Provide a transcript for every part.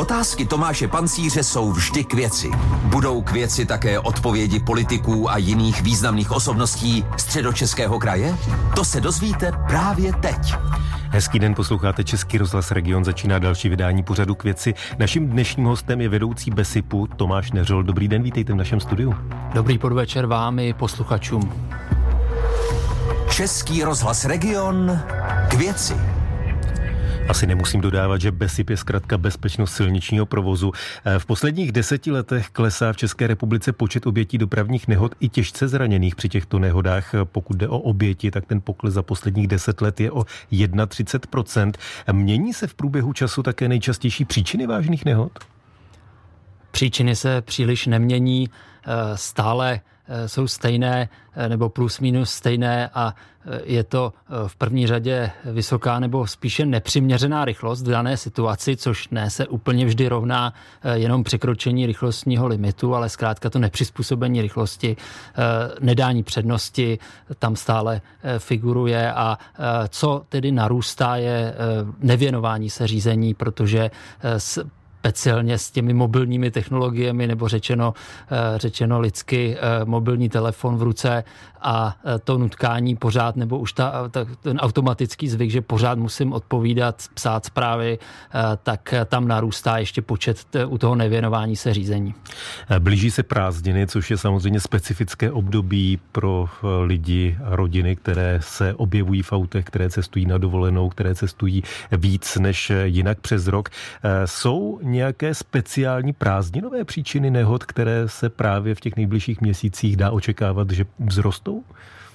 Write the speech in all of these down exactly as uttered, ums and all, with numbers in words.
Otázky Tomáše Pancíře jsou vždy k věci. Budou k věci také odpovědi politiků a jiných významných osobností Středočeského kraje? To se dozvíte právě teď. Hezký den, posloucháte Český rozhlas Region, začíná další vydání pořadu k věci. Naším dnešním hostem je vedoucí BESIPu Tomáš Neřol. Dobrý den, vítejte v našem studiu. Dobrý podvečer vám i posluchačům. Český rozhlas Region k věci. Asi nemusím dodávat, že BESIP je zkrátka bezpečnost silničního provozu. V posledních deseti letech klesá v České republice počet obětí dopravních nehod i těžce zraněných při těchto nehodách. Pokud jde o oběti, tak ten pokles za posledních deset let je o třicet jedna procent. Mění se v průběhu času také nejčastější příčiny vážných nehod? Příčiny se příliš nemění, stále jsou stejné nebo plus minus stejné a je to v první řadě vysoká nebo spíše nepřiměřená rychlost v dané situaci, což ne se úplně vždy rovná jenom překročení rychlostního limitu, ale zkrátka to nepřizpůsobení rychlosti, nedání přednosti tam stále figuruje a co tedy narůstá je nevěnování se řízení, protože s speciálně s těmi mobilními technologiemi, nebo řečeno, řečeno lidsky, mobilní telefon v ruce a to nutkání pořád, nebo už ta, ta, ten automatický zvyk, že pořád musím odpovídat, psát zprávy, tak tam narůstá ještě počet u toho nevěnování se řízení. Blíží se prázdniny, což je samozřejmě specifické období pro lidi a rodiny, které se objevují v autech, které cestují na dovolenou, které cestují víc než jinak přes rok. Jsou nějaké speciální prázdninové příčiny nehod, které se právě v těch nejbližších měsících dá očekávat, že vzrostou?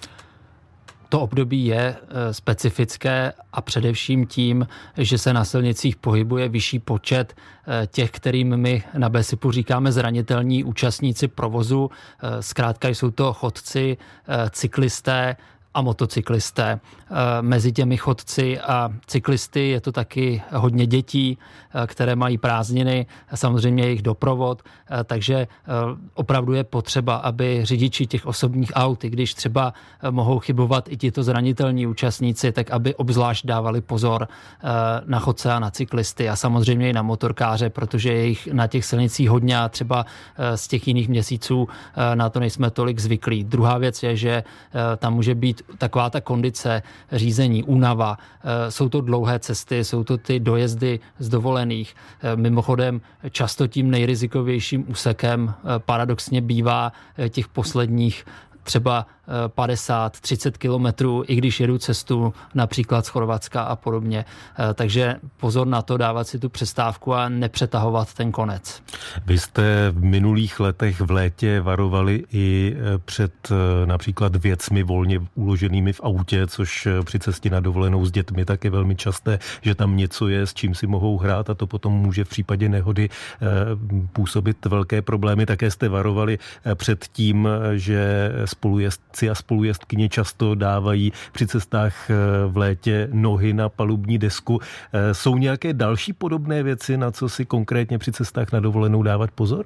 To období je specifické a především tím, že se na silnicích pohybuje vyšší počet těch, kterým my na BESIPu říkáme zranitelní účastníci provozu. Zkrátka jsou to chodci, cyklisté a motocyklisté. Mezi těmi chodci a cyklisty je to taky hodně dětí, které mají prázdniny, samozřejmě jejich doprovod, takže opravdu je potřeba, aby řidiči těch osobních aut, i když třeba mohou chybovat i tito zranitelní účastníci, tak aby obzvlášť dávali pozor na chodce a na cyklisty a samozřejmě i na motorkáře, protože je jich na těch silnicích hodně a třeba z těch jiných měsíců na to nejsme tolik zvyklí. Druhá věc je, že tam může být taková ta kondice řízení, únava. Jsou to dlouhé cesty, jsou to ty dojezdy z dovolených. Mimochodem často tím nejrizikovějším úsekem paradoxně bývá těch posledních třeba padesát třicet kilometrů, i když jedu cestu například z Chorvatska a podobně. Takže pozor na to, dávat si tu přestávku a nepřetahovat ten konec. Vy jste v minulých letech v létě varovali i před například věcmi volně uloženými v autě, což při cestě na dovolenou s dětmi tak je velmi časté, že tam něco je, s čím si mohou hrát a to potom může v případě nehody působit velké problémy. Také jste varovali před tím, že spolujezdci a spolujezdkyně často dávají při cestách v létě nohy na palubní desku. Jsou nějaké další podobné věci, na co si konkrétně při cestách na dovolenou dávat pozor?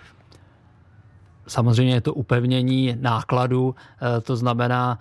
Samozřejmě je to upevnění nákladu, to znamená,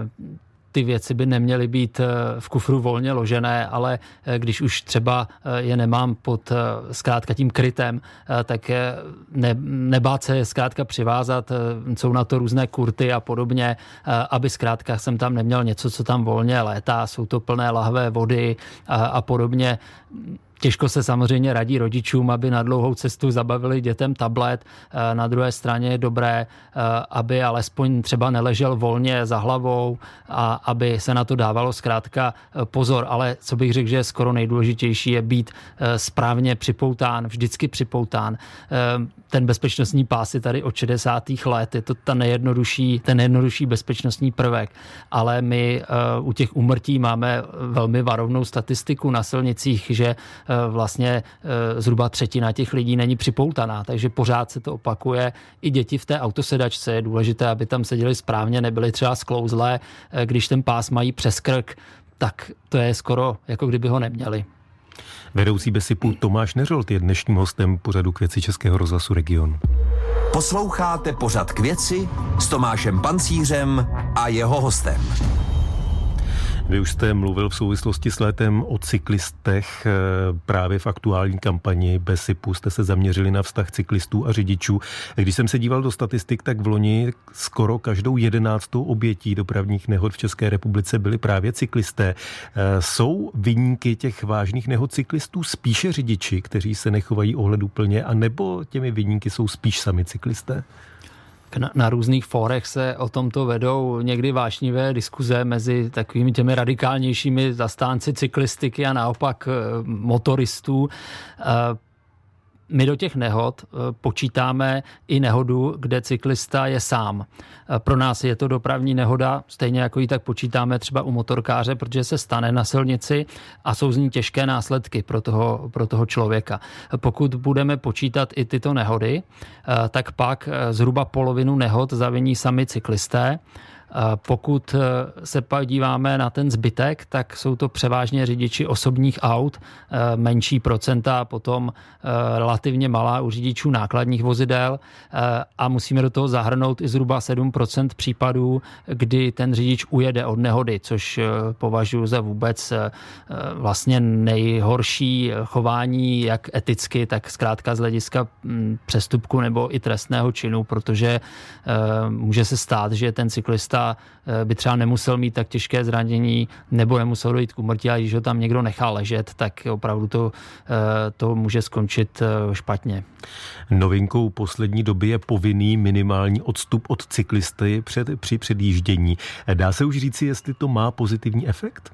ty věci by neměly být v kufru volně ložené, ale když už třeba je nemám pod zkrátka tím krytem, tak ne, nebát se zkrátka přivázat, jsou na to různé kurty a podobně, aby zkrátka jsem tam neměl něco, co tam volně létá, jsou to plné lahve vody a, a podobně. Těžko se samozřejmě radí rodičům, aby na dlouhou cestu zabavili dětem tablet. Na druhé straně je dobré, aby alespoň třeba neležel volně za hlavou a aby se na to dávalo zkrátka pozor. Ale co bych řekl, že je skoro nejdůležitější, je být správně připoután, vždycky připoután. Ten bezpečnostní pás je tady od šedesátých let, je to ta nejjednodušší, ten nejjednodušší bezpečnostní prvek. Ale my u těch úmrtí máme velmi varovnou statistiku na silnicích, že vlastně zhruba třetina těch lidí není připoutaná, takže pořád se to opakuje. I děti v té autosedačce je důležité, aby tam seděli správně, nebyly třeba sklouzlé. Když ten pás mají přes krk, tak to je skoro jako kdyby ho neměli. Vedoucí BESIPu Tomáš Neřol je dnešním hostem pořadu K věci Českého rozhlasu Region. Posloucháte pořad K věci s Tomášem Pancířem a jeho hostem. Vy už jste mluvil v souvislosti s létem o cyklistech. Právě v aktuální kampani BESIPu jste se zaměřili na vztah cyklistů a řidičů. Když jsem se díval do statistik, tak v loni skoro každou jedenáctou obětí dopravních nehod v České republice byli právě cyklisté. Jsou viníky těch vážných nehod cyklistů spíše řidiči, kteří se nechovají ohleduplně, a nebo těmi viníky jsou spíš sami cyklisté? Na, na různých fórech se o tomto vedou někdy vášnivé diskuze mezi takovými těmi radikálnějšími zastánci cyklistiky a naopak motoristů. My do těch nehod počítáme i nehodu, kde cyklista je sám. Pro nás je to dopravní nehoda, stejně jako ji tak počítáme třeba u motorkáře, protože se stane na silnici a jsou z ní těžké následky pro toho, pro toho člověka. Pokud budeme počítat i tyto nehody, tak pak zhruba polovinu nehod zaviní sami cyklisté. Pokud se pak díváme na ten zbytek, tak jsou to převážně řidiči osobních aut, menší procenta, potom relativně malá u řidičů nákladních vozidel a musíme do toho zahrnout i zhruba sedm procent případů, kdy ten řidič ujede od nehody, což považuji za vůbec vlastně nejhorší chování, jak eticky, tak zkrátka z hlediska přestupku nebo i trestného činu, protože může se stát, že ten cyklista by třeba nemusel mít tak těžké zranění nebo nemusel dojít k úmrtí, a když ho tam někdo nechá ležet, tak opravdu to, to může skončit špatně. Novinkou poslední doby je povinný minimální odstup od cyklisty před, při předjíždění. Dá se už říci, jestli to má pozitivní efekt?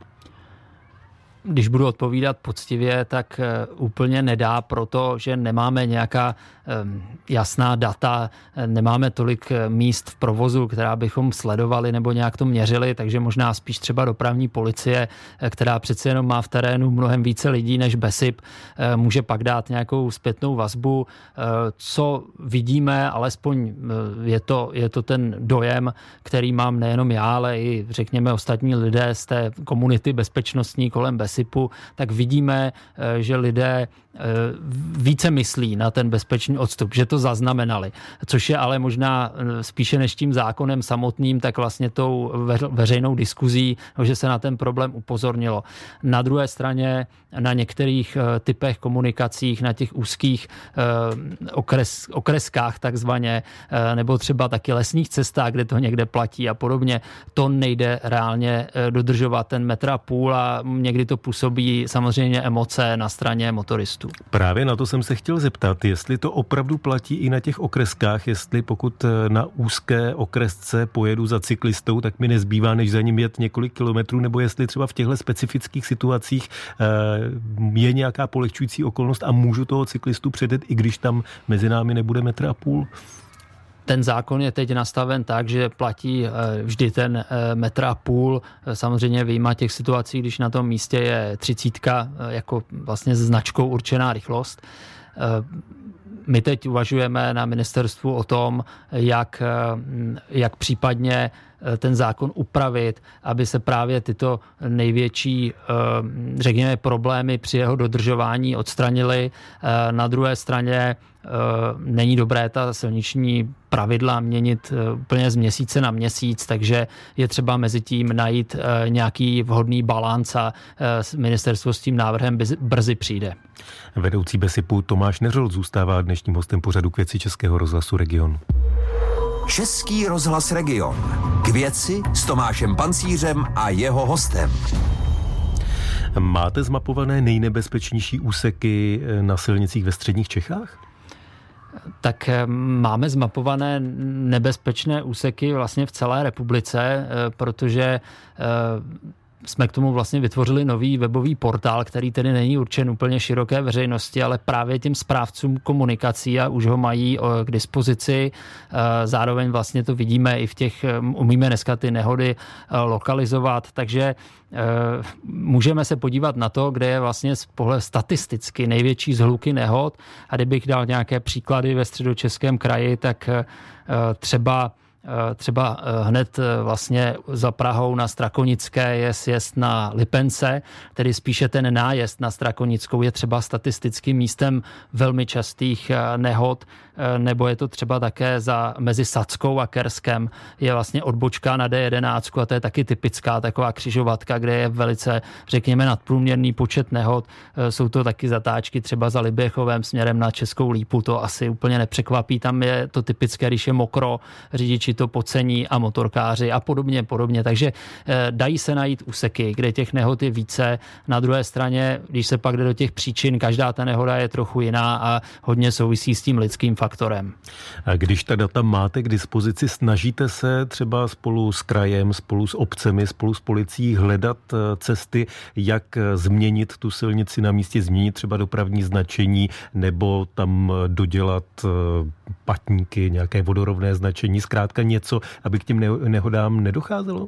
Když budu odpovídat poctivě, tak úplně nedá, protože nemáme nějaká jasná data, nemáme tolik míst v provozu, která bychom sledovali nebo nějak to měřili, takže možná spíš třeba dopravní policie, která přece jenom má v terénu mnohem více lidí než BESIP, může pak dát nějakou zpětnou vazbu. Co vidíme, alespoň je to, je to ten dojem, který mám nejenom já, ale i řekněme ostatní lidé z té komunity bezpečnostní kolem BESIPu, tak vidíme, že lidé více myslí na ten bezpečný odstup, že to zaznamenali. Což je ale možná spíše než tím zákonem samotným, tak vlastně tou veřejnou diskuzí, že se na ten problém upozornilo. Na druhé straně na některých typech komunikacích, na těch úzkých okres, okreskách takzvaně, nebo třeba taky lesních cestách, kde to někde platí a podobně, to nejde reálně dodržovat ten metr a půl a někdy to působí samozřejmě emoce na straně motoristů. Právě na to jsem se chtěl zeptat, jestli to opravdu platí i na těch okreskách, jestli pokud na úzké okresce pojedu za cyklistou, tak mi nezbývá, než za ním jet několik kilometrů, nebo jestli třeba v těchto specifických situacích je nějaká polehčující okolnost a můžu toho cyklistu předjet, i když tam mezi námi nebude metr a půl? Ten zákon je teď nastaven tak, že platí vždy ten metr a půl. Samozřejmě vyjma těch situací, když na tom místě je třicítka jako vlastně značkou určená rychlost. My teď uvažujeme na ministerstvu o tom, jak, jak případně ten zákon upravit, aby se právě tyto největší, řekněme, problémy při jeho dodržování odstranily. Na druhé straně není dobré ta silniční pravidla měnit úplně z měsíce na měsíc, takže je třeba mezi tím najít nějaký vhodný balanc a ministerstvo s tím návrhem brzy přijde. Vedoucí BESIPu Tomáš Neřolt zůstává dnešním hostem pořadu K věci Českého rozhlasu Region. Český rozhlas Region. K věci s Tomášem Pancířem a jeho hostem. Máte zmapované nejnebezpečnější úseky na silnicích ve středních Čechách? Tak máme zmapované nebezpečné úseky vlastně v celé republice, protože jsme k tomu vlastně vytvořili nový webový portál, který tedy není určen úplně široké veřejnosti, ale právě těm správcům komunikací a už ho mají k dispozici. Zároveň vlastně to vidíme i v těch, umíme dneska ty nehody lokalizovat, takže můžeme se podívat na to, kde je vlastně z pohledu statisticky největší zhluky nehod, a kdybych dal nějaké příklady ve Středočeském kraji, tak třeba Třeba hned vlastně za Prahou na Strakonické je sjezd na Lipence, tedy spíše ten nájezd na Strakonickou je třeba statistickým místem velmi častých nehod, nebo je to třeba také za mezi Sackou a Kerskem je vlastně odbočka na D jedenáct a to je taky typická taková křižovatka, kde je velice, řekněme, nadprůměrný počet nehod. Jsou to taky zatáčky třeba za Liběchovem směrem na Českou Lípu, to asi úplně nepřekvapí, tam je to typické, když je mokro, řidiči to pocení a motorkáři a podobně, podobně. Takže dají se najít úseky, kde těch nehod je více. Na druhé straně, když se pak jde do těch příčin, každá ta nehoda je trochu jiná a hodně souvisí s tím lidským faktorem. A když ta data máte k dispozici, snažíte se třeba spolu s krajem, spolu s obcemi, spolu s policií hledat cesty, jak změnit tu silnici na místě, změnit třeba dopravní značení nebo tam dodělat patníky, nějaké vodorovné značení, zkrátka něco, aby k těm nehodám nedocházelo?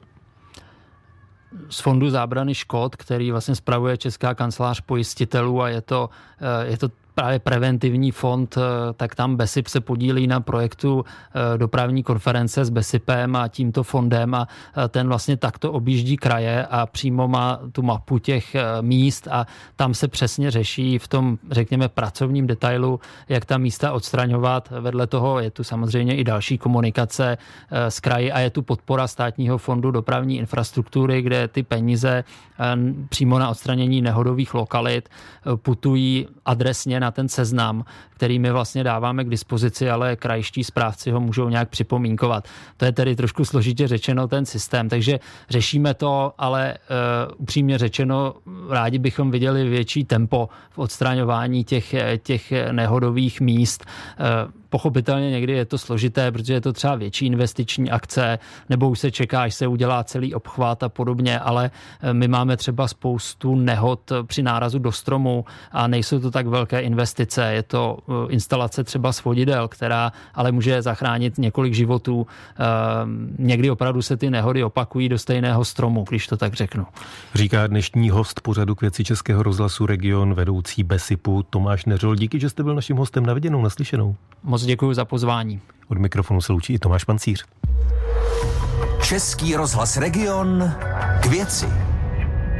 Z Fondu zábrany škod, který vlastně spravuje Česká kancelář pojistitelů a je to, je to právě preventivní fond, tak tam BESIP se podílí na projektu dopravní konference s BESIPem a tímto fondem a ten vlastně takto objíždí kraje a přímo má tu mapu těch míst a tam se přesně řeší v tom, řekněme, pracovním detailu, jak ta místa odstraňovat. Vedle toho je tu samozřejmě i další komunikace s kraji a je tu podpora Státního fondu dopravní infrastruktury, kde ty peníze přímo na odstranění nehodových lokalit putují adresně na ten seznam, který my vlastně dáváme k dispozici, ale krajští správci ho můžou nějak připomínkovat. To je tedy trošku složitě řečeno ten systém, takže řešíme to, ale uh, upřímně řečeno, rádi bychom viděli větší tempo v odstraňování těch, těch nehodových míst. Uh, Pochopitelně někdy je to složité, protože je to třeba větší investiční akce, nebo už se čeká, až se udělá celý obchvat a podobně, ale my máme třeba spoustu nehod při nárazu do stromu a nejsou to tak velké investice. Je to instalace třeba svodidel, která ale může zachránit několik životů. Někdy opravdu se ty nehody opakují do stejného stromu, když to tak řeknu. Říká dnešní host pořadu K věci Českého rozhlasu Region, vedoucí BESIPu Tomáš Neřol. Díky, že jste byl naším hostem. Na viděnou, naslyšenou. Moc děkuji za pozvání. Od mikrofonu se loučí i Tomáš Pancíř. Český rozhlas Region, K věci.